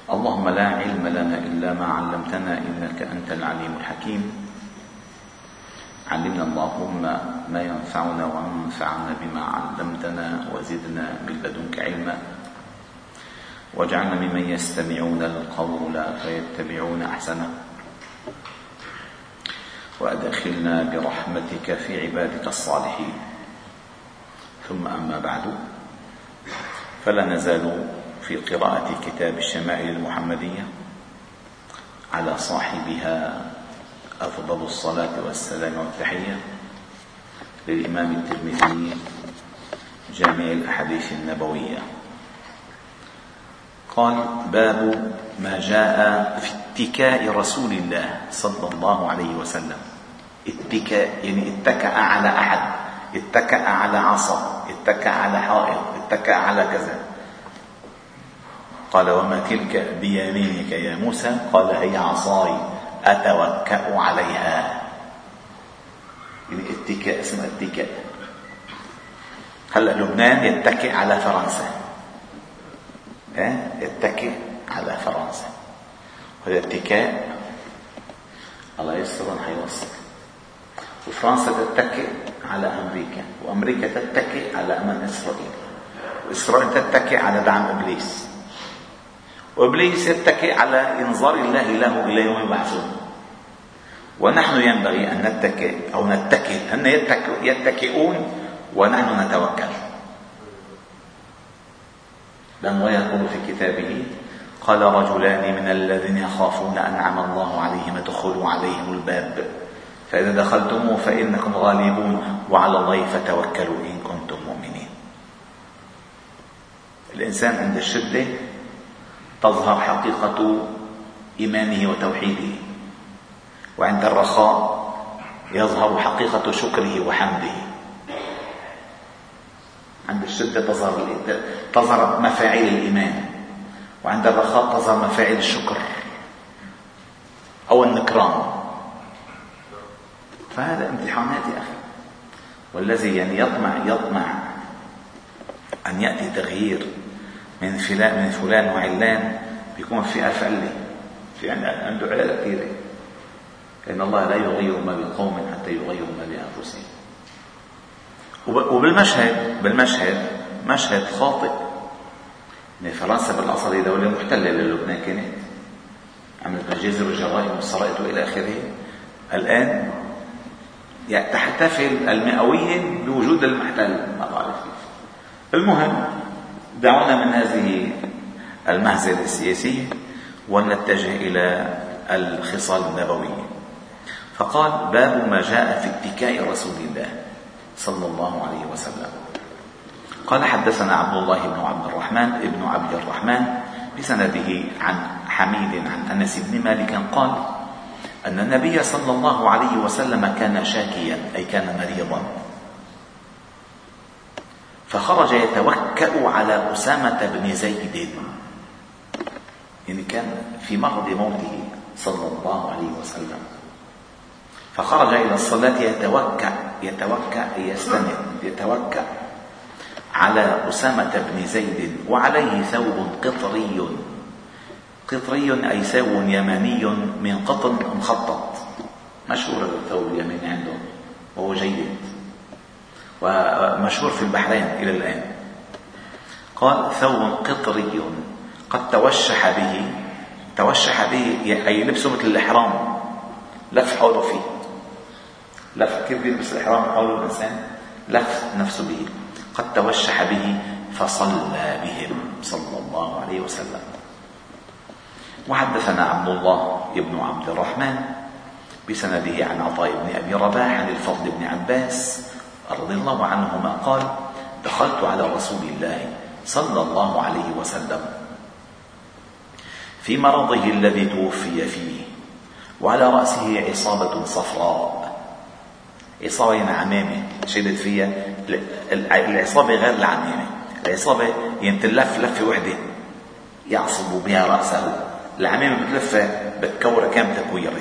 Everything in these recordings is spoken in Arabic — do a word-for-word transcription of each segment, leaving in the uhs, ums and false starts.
اللهم لا علم لنا إلا ما علمتنا إنك أنت العليم الحكيم. علمنا اللهم ما ينفعنا وانفعنا بما علمتنا وزدنا من لدنك علما، واجعلنا ممن يستمعون القول فيتبعون أحسنه، وأدخلنا برحمتك في عبادك الصالحين. ثم أما بعد، فلا نزال في قراءة كتاب الشمائل المحمدية على صاحبها أفضل الصلاة والسلام والتحية للإمام الترمذي جامع الأحاديث النبوية. قال: باب ما جاء في اتكاء رسول الله صلى الله عليه وسلم. اتكاء يعني اتكأ على أحد، اتكأ على عصا، اتكأ على حائط، اتكأ على كذا. قال: وما تلك بيمينك يا موسى؟ قال: هي عصاي أتوكأ عليها. يعني اتكاء، اسمه اتكاء. هلأ لبنان يتكئ على فرنسا، يتكئ على فرنسا، وهذا اتكاء الله يستر حيوصل. وفرنسا تتكئ على أمريكا، وأمريكا تتكئ على أمن إسرائيل، وإسرائيل تتكئ على دعم إبليس، وإبليس يتكئ على إنظار الله له إلى يوم يبعثون. ونحن ينبغي أن نتكئ أو نتكل، أن يتكئون ونحن نتوكل. لأنه يقول في كتابه: قال رجلان من الذين يخافون أنعم الله عليهم ادخلوا عليهم الباب فإذا دخلتموه فإنكم غالبون وعلى الله فتوكلوا إن كنتم مؤمنين. الإنسان عند الشدة تظهر حقيقة إيمانه وتوحيده، وعند الرخاء يظهر حقيقة شكره وحمده. عند الشدة تظهر تظهر مفاعيل الإيمان، وعند الرخاء تظهر مفاعيل الشكر أو النكران. فهذا امتحانات يا أخي. والذي يعني يطمع يطمع أن يأتي تغيير من فلان من فلان وعلان بيكون في أفعله، في عنده علل كثيرة، لأن الله لا يغير ما بقوم حتى يغيروا ما بأنفسهم. وبالمشهد بالمشهد مشهد خاطئ. إن فرنسا بالأصل هي دولة محتلة للبنان، كانت عملت مجازر وجرائم والسرقة وإلى آخره. الآن تحتفل المئوية بوجود المحتل، ما بعرف كيف. المهم، دعونا من هذه المهزلة السياسية ونتجه إلى الخصال النبوية. فقال: باب ما جاء في اتكاء رسول الله صلى الله عليه وسلم. قال: حدثنا عبد الله بن عبد الرحمن ابن عبد الرحمن بسنده عن حميد عن أنس بن مالك قال: أن النبي صلى الله عليه وسلم كان شاكيا، أي كان مريضا، فخرج يتوكأ على أسامة بن زيد، يعني كان في مرض موته صلى الله عليه وسلم، فخرج إلى الصلاة يتوكأ يتوكأ يستند يتوكأ على أسامة بن زيد، وعليه ثوب قطري. قطري أي ثوب يماني من قطن مخطط، مشهور الثوب اليماني عندهم وهو جيد، ومشهور في البحرين إلى الآن. قال: ثوب قطري قد توشح به. توشح به أي لبسه مثل الإحرام، لف حوله فيه، لف كيف يلبس الإحرام حول الإنسان، لف نفسه به. قد توشح به فصلى بهم صلى الله عليه وسلم. وحدثنا عبد الله بن عبد الرحمن بسنده عن عطاء بن أبي رباح عن الفضل بن عباس رضي الله عنهما قال: دخلت على رسول الله صلى الله عليه وسلم في مرضه الذي توفي فيه، وعلى رأسه عصابة صفراء. عصابة عمامة شدت فيها، العصابة غير العمامة. العصابة ينتلف لفة وحدة يعصب بها رأسه، العمامة بتلفها بتكورة كام تكويرة.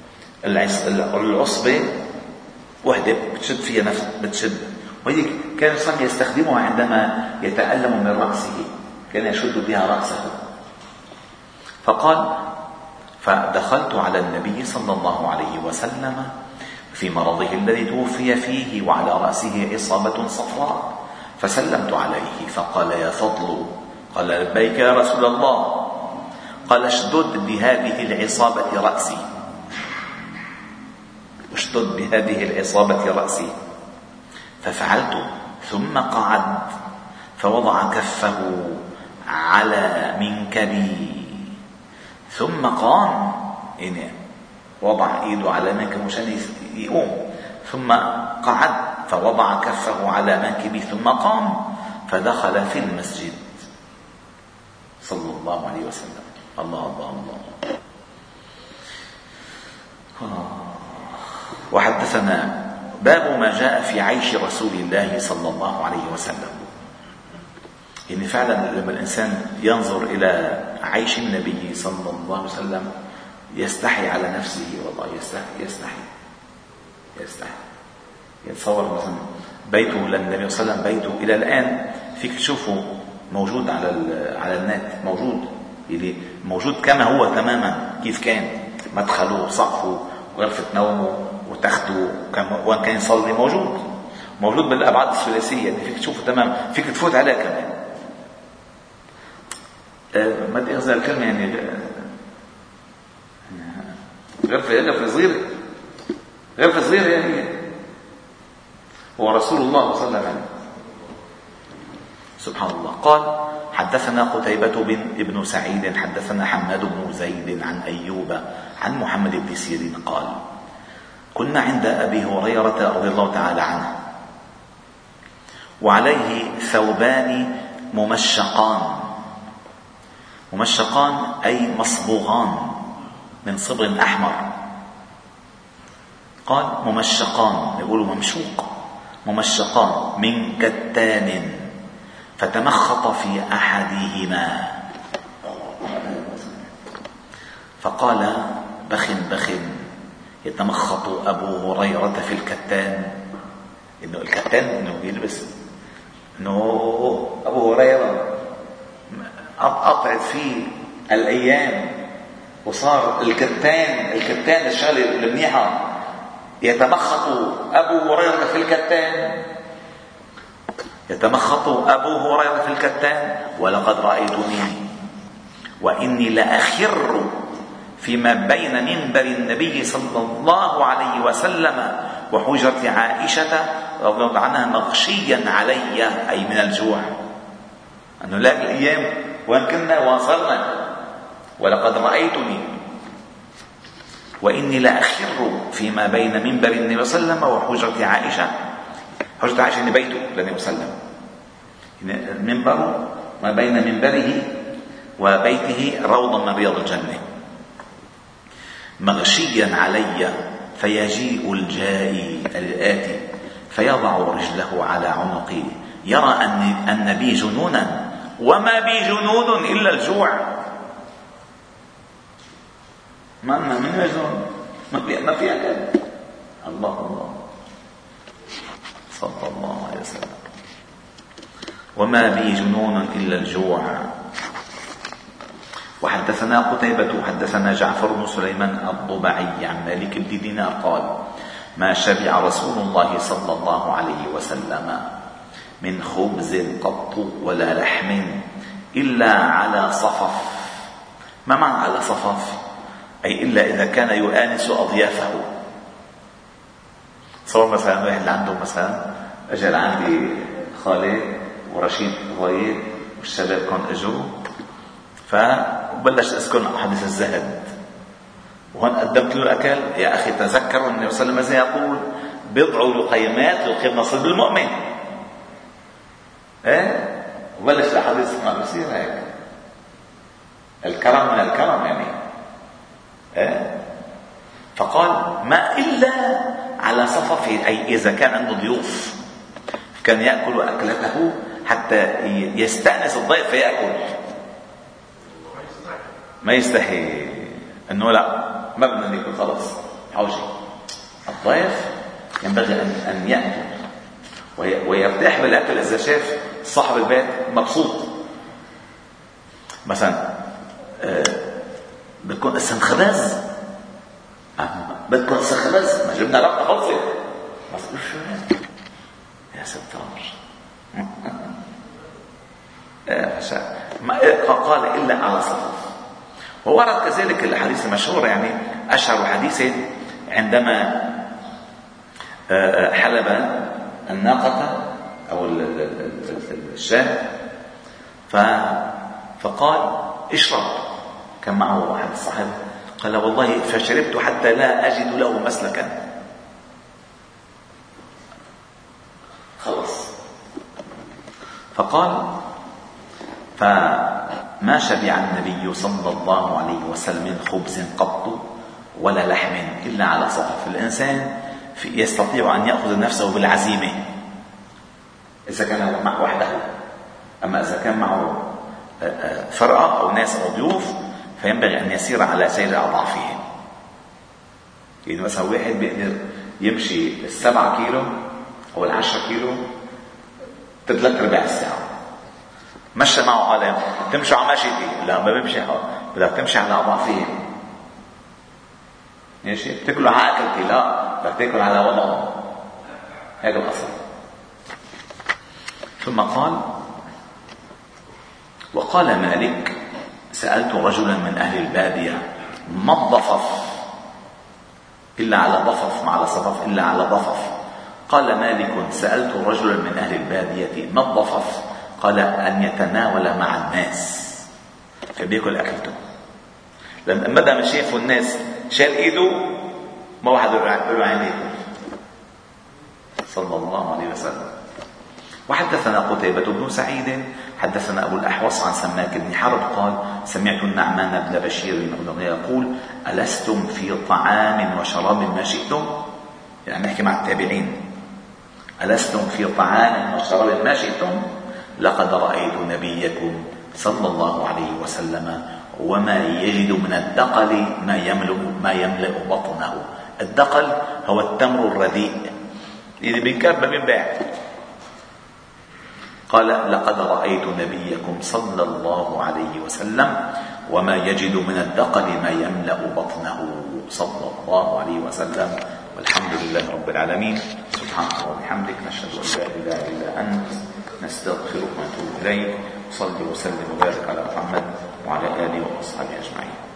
العصبة وحدة بتشد فيها نفس بتشد، وهي كان الصلاة يستخدمها عندما يتألم من رأسه، كان يشد بها رأسه. فقال: فدخلت على النبي صلى الله عليه وسلم في مرضه الذي توفي فيه وعلى رأسه إصابة صفراء، فسلمت عليه فقال: يا فضل. قال: لبيك يا رسول الله. قال: اشدد بهذه العصابة رأسي، اشدد بهذه العصابة رأسي. ففعلت، ثم قعد فوضع كفه على منكبي، ثم قام، يعني وضع ايده على منكبه مشان يقوم، ثم قعد فوضع كفه على منكبي، ثم قام فدخل في المسجد صلى الله عليه وسلم. الله الله الله. وحدثنا باب ما جاء في عيش رسول الله صلى الله عليه وسلم. يعني فعلا لما الإنسان ينظر إلى عيش النبي صلى الله عليه وسلم يستحي على نفسه، والله يستحي يستحي يستحي. يتصور مثلا بيته للنبي صلى الله عليه وسلم، بيته إلى الآن فيك تشوفه موجود على على النت، موجود اللي موجود كما هو تماما كيف كان، مدخله وسقفه وغرفة نومه وتخته وان كان يصلي، موجود موجود بالأبعاد الثلاثية اللي فيك تشوفه تمام، فيك تفوت عليه كمان. أه ما بدي أخذ الكلمة، يعني غرفة غرفة صغيرة، غرفة صغيرة يعني هو رسول الله صلى الله عليه وسلم. سبحان الله. قال: حدثنا قتيبة بن ابن سعيد حدثنا حماد بن زيد عن أيوب عن محمد بن سيرين قال: كنا عند أبي هريرة رضي الله تعالى عنه وعليه ثوبان ممشقان، ممشقان أي مصبوغان من صبغ أحمر. قال: ممشقان، يقولوا ممشوق، ممشقان من كتان، فتمخط في أحدهما فقال: بخ بخ. يتمخط أبو هريرة في الكتان، إنه الكتان إنه يلبس، إنه أبو هريرة قطعت فيه الأيام وصار الكتان، الكتان الشغلة المنيحة. يتمخط أبو هريرة في الكتان، يتمخط أبو هريرة في الكتان. ولقد رأيتني وإني لأخر فيما بين منبر النبي صلى الله عليه وسلم وحجرة عائشة رضي الله عنها مغشيا علي، أي من الجوع، أنه لا الأيام وإن كنا واصلنا. ولقد رأيتني وإني لأخر فيما بين منبر النبي صلى الله عليه وسلم وحجرة عائشة. حجرة عائشة يعني بيته للنبي صلى الله عليه وسلم، المنبر ما بين منبره وبيته روضة من رياض الجنة. مغشيا علي فيجيء الجائي الآتي فيضع رجله على عنقي يرى أن, أن بي جنونا وما بي جنون إلا الجوع. ما من مجنون، ما في أكل. الله الله صلى الله عليه وسلم. وما بي جنون إلا الجوع. وحدثنا قتيبة حدثنا جعفر بن سليمان الضبعي عن مالك بن دينار قال: ما شبع رسول الله صلى الله عليه وسلم من خبز قط ولا لحم إلا على صفف. ما معنى على صفف؟ أي إلا إذا كان يؤانس أضيافه. صور مثلا واحد عنده مثلا أجل عندي خالد ورشيد ضيد والشباب كون أجوا، فبلش أسكن حديث الزهد، وهون قدمت له الأكل. يا أخي تذكروا النبي صلى الله عليه وسلم يقول: بضع لقيمات يلقي نصيب المؤمن. إيه؟ وبلش الحديث ما بصير هيك. الكرم من الكرم يعني. إيه؟ فقال: ما إلا على صففه، أي إذا كان عنده ضيوف كان يأكل أكلته حتى يستأنس الضيف فيأكل، ما يستحي أنه لا ما بدنا ناكل خلاص حوجي. الضيف ينبغي أن يأكل ويرتاح بالأكل إذا شاف صاحب البيت مبسوط. مثلا بدكم قسم خبز؟ بدكم قسم خبز؟ ما جبنا رقة خلصت. بس شو يا ستار. قال إلا على صفوف. وورد كذلك الحديث المشهور، يعني أشهر حديث عندما حلب الناقة أو الشاة فقال اشرب، كان معه أحد الصحابة قال والله فشربت حتى لا أجد له مسلكا. خلص. فقال فما شبع النبي صلى الله عليه وسلم من خبز قط ولا لحم إلا على صفف. الإنسان يستطيع أن يأخذ نفسه بالعزيمة إذا كان معه وحده، أما إذا كان معه فرقة أو ناس أو ضيوف فينبغي أن يسير على سير أضعافهم. يعني مثلا واحد بيقدر يمشي السبعة كيلو أو العشرة كيلو تثلاث ربع الساعة، مشى معه عالم تمشي على ماشيتي، لا ما بمشي، بدك تمشي على أضعافهم. ماشي بتاكلوا على أكلتي، لا بدك تاكل على وضعهم. هذا الأصل. ثم قال وقال مالك سألت رجلا من أهل البادية ما الضفف إلا على ضفف، ما على صفف إلا على ضفف. قال مالك سألت رجلا من أهل البادية ما الضفف؟ قال أن يتناول مع الناس، فبيأكل أكلته. لما مدى ما شافوا الناس شال إيده ما واحد يقول عينيه صلى الله عليه وسلم. وحدثنا قتيبة بن سعيد حدثنا أبو الأحوص عن سماك بن حرب قال سمعت النعمان بن بشير المغني يقول ألستم في طعام وشراب ما شئتم؟ يعني نحكي مع التابعين. ألستم في طعام وشراب ما شئتم؟ لقد رأيت نبيكم صلى الله عليه وسلم وما يجد من الدقل ما يملأ ما يملأ بطنه. الدقل هو التمر الرديء إذا بينكب ما بينباع. قال لقد رأيت نبيكم صلى الله عليه وسلم وما يجد من الدقل ما يملأ بطنه صلى الله عليه وسلم. والحمد لله رب العالمين. سبحانك وبحمدك نشهد أن لا إله إلا أنت نستغفرك ونتوب إليك. صلي وسلم وبارك على محمد وعلى آله وأصحابه أجمعين.